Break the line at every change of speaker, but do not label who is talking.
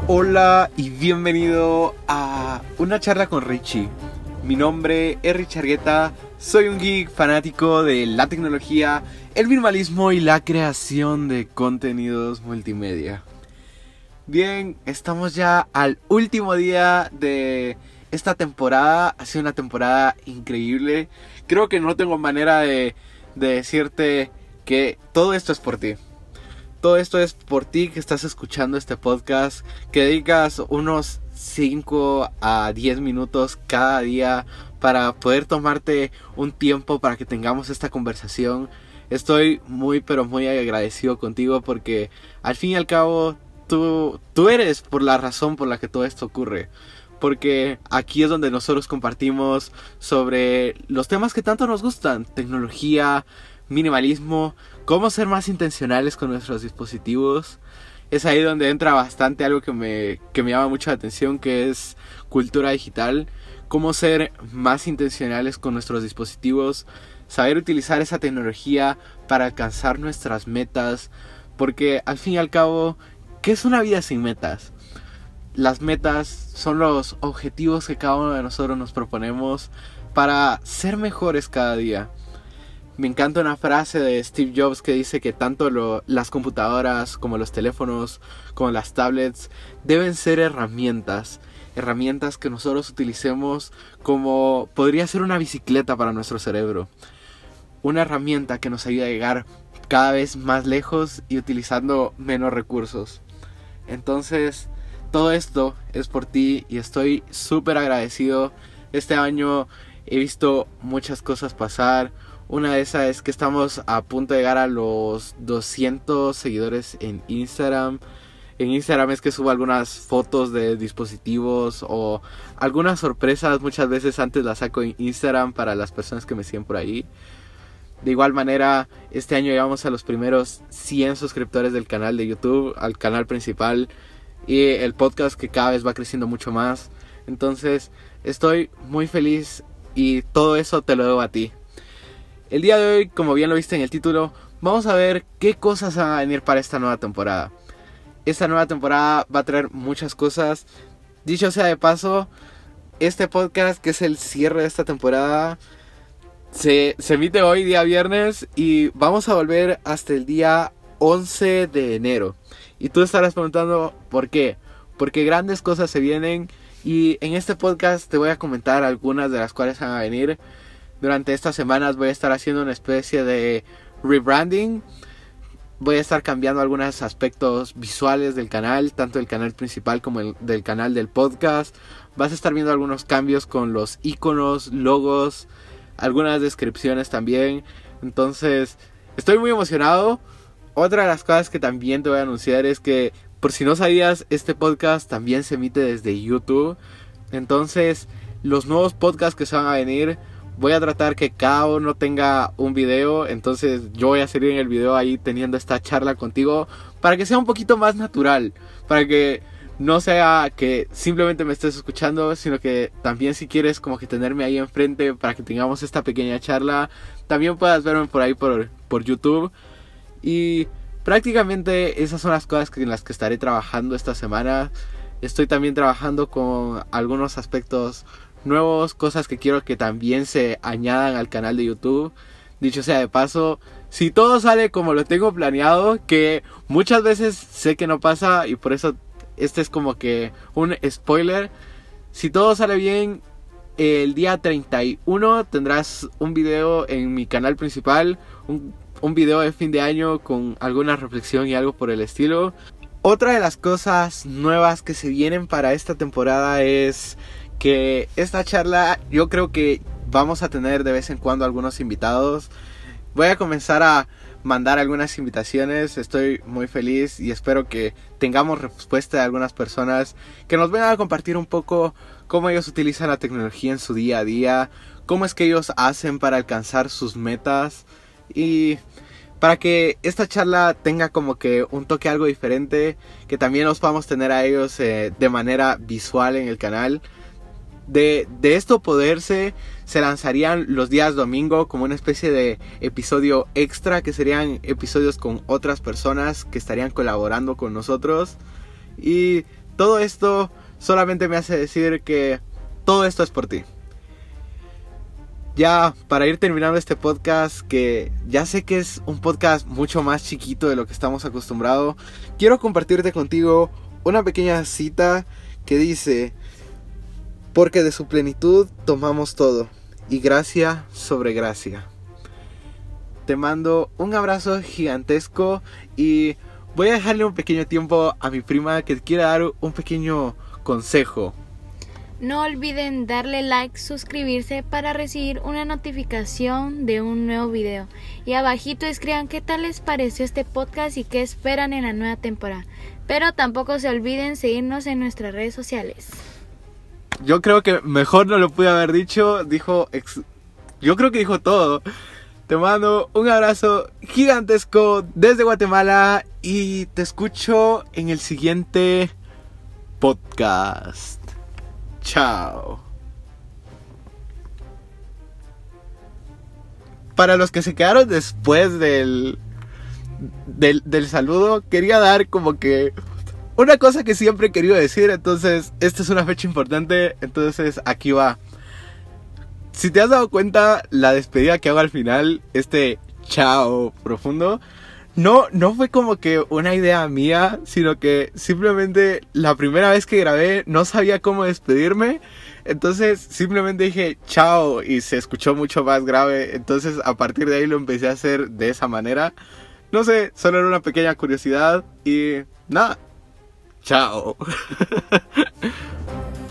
Hola y bienvenido a una charla con Richie. Mi nombre es Richie Argueta, soy un geek fanático de la tecnología, el minimalismo y la creación de contenidos multimedia. Bien, estamos ya al último día de esta temporada. Ha sido una temporada increíble. Creo que no tengo manera de decirte que todo esto es por ti. Todo esto es por ti que estás escuchando este podcast, que dedicas unos 5 a 10 minutos cada día para poder tomarte un tiempo para que tengamos esta conversación. Estoy muy agradecido contigo porque al fin y al cabo tú eres por la razón por la que todo esto ocurre. Porque aquí es donde nosotros compartimos sobre los temas que tanto nos gustan: tecnología, minimalismo, cómo ser más intencionales con nuestros dispositivos. Es ahí donde entra bastante algo que me llama mucho la atención, que es cultura digital. Cómo ser más intencionales con nuestros dispositivos, saber utilizar esa tecnología para alcanzar nuestras metas. Porque al fin y al cabo, ¿qué es una vida sin metas? Las metas son los objetivos que cada uno de nosotros nos proponemos para ser mejores cada día. Me encanta una frase de Steve Jobs que dice que tanto las computadoras como los teléfonos como las tablets deben ser herramientas que nosotros utilicemos como podría ser una bicicleta para nuestro cerebro. Una herramienta que nos ayude a llegar cada vez más lejos y utilizando menos recursos. Entonces, todo esto es por ti y estoy súper agradecido. Este año he visto muchas cosas pasar. Una de esas es que estamos a punto de llegar a los 200 seguidores en Instagram. En Instagram es que subo algunas fotos de dispositivos o algunas sorpresas. Muchas veces antes las saco en Instagram para las personas que me siguen por ahí. De igual manera, este año llegamos a los primeros 100 suscriptores del canal de YouTube, al canal principal, y el podcast que cada vez va creciendo mucho más. Entonces estoy muy feliz y todo eso te lo debo a ti. El día de hoy, como bien lo viste en el título, vamos a ver qué cosas van a venir para esta nueva temporada. Esta nueva temporada va a traer muchas cosas. Dicho sea de paso, este podcast, que es el cierre de esta temporada, se emite hoy, día viernes, y vamos a volver hasta el día 11 de enero. Y tú estarás preguntando ¿por qué? Porque grandes cosas se vienen y en este podcast te voy a comentar algunas de las cuales van a venir. Durante estas semanas voy a estar haciendo una especie de rebranding. Voy a estar cambiando algunos aspectos visuales del canal, tanto del canal principal como del canal del podcast. Vas a estar viendo algunos cambios con los iconos, logos, algunas descripciones también. Entonces, estoy muy emocionado. Otra de las cosas que también te voy a anunciar es que, por si no sabías, este podcast también se emite desde YouTube. Entonces, los nuevos podcasts que se van a venir, voy a tratar que cada uno tenga un video. Entonces yo voy a salir en el video ahí teniendo esta charla contigo para que sea un poquito más natural, para que no sea que simplemente me estés escuchando, sino que también, si quieres como que tenerme ahí enfrente para que tengamos esta pequeña charla, también puedas verme por ahí por YouTube. Y prácticamente esas son las cosas en las que estaré trabajando esta semana. Estoy también trabajando con algunos aspectos nuevos, cosas que quiero que también se añadan al canal de YouTube. Dicho sea de paso, si todo sale como lo tengo planeado, que muchas veces sé que no pasa y por eso este es como que un spoiler. Si todo sale bien, el día 31 tendrás un video en mi canal principal, un video de fin de año con alguna reflexión y algo por el estilo. Otra de las cosas nuevas que se vienen para esta temporada es que esta charla, yo creo que vamos a tener de vez en cuando algunos invitados. Voy a comenzar a mandar algunas invitaciones. Estoy muy feliz y espero que tengamos respuesta de algunas personas que nos vengan a compartir un poco cómo ellos utilizan la tecnología en su día a día, cómo es que ellos hacen para alcanzar sus metas, y para que esta charla tenga como que un toque algo diferente, que también los podamos tener a ellos de manera visual en el canal. De esto se lanzarían los días domingo como una especie de episodio extra, que serían episodios con otras personas que estarían colaborando con nosotros. Y todo esto solamente me hace decir que todo esto es por ti. Ya para ir terminando este podcast, que ya sé que es un podcast mucho más chiquito de lo que estamos acostumbrados, quiero compartirte contigo una pequeña cita que dice: porque de su plenitud tomamos todo, y gracia sobre gracia. Te mando un abrazo gigantesco y voy a dejarle un pequeño tiempo a mi prima que quiera dar un pequeño consejo.
No olviden darle like, suscribirse para recibir una notificación de un nuevo video. Y abajito escriban qué tal les pareció este podcast y qué esperan en la nueva temporada. Pero tampoco se olviden seguirnos en nuestras redes sociales.
Yo creo que mejor no lo pude haber dicho. Yo creo que dijo todo. Te mando un abrazo gigantesco desde Guatemala y te escucho en el siguiente podcast. Chao. Para los que se quedaron después del saludo, quería dar como que una cosa que siempre he querido decir. Entonces, esta es una fecha importante. Entonces, aquí va. Si te has dado cuenta, la despedida que hago al final, este chao profundo, no fue como que una idea mía, sino que simplemente la primera vez que grabé no sabía cómo despedirme. Entonces simplemente dije chao y se escuchó mucho más grave. Entonces a partir de ahí lo empecé a hacer de esa manera. No sé, solo era una pequeña curiosidad y nada. Chao.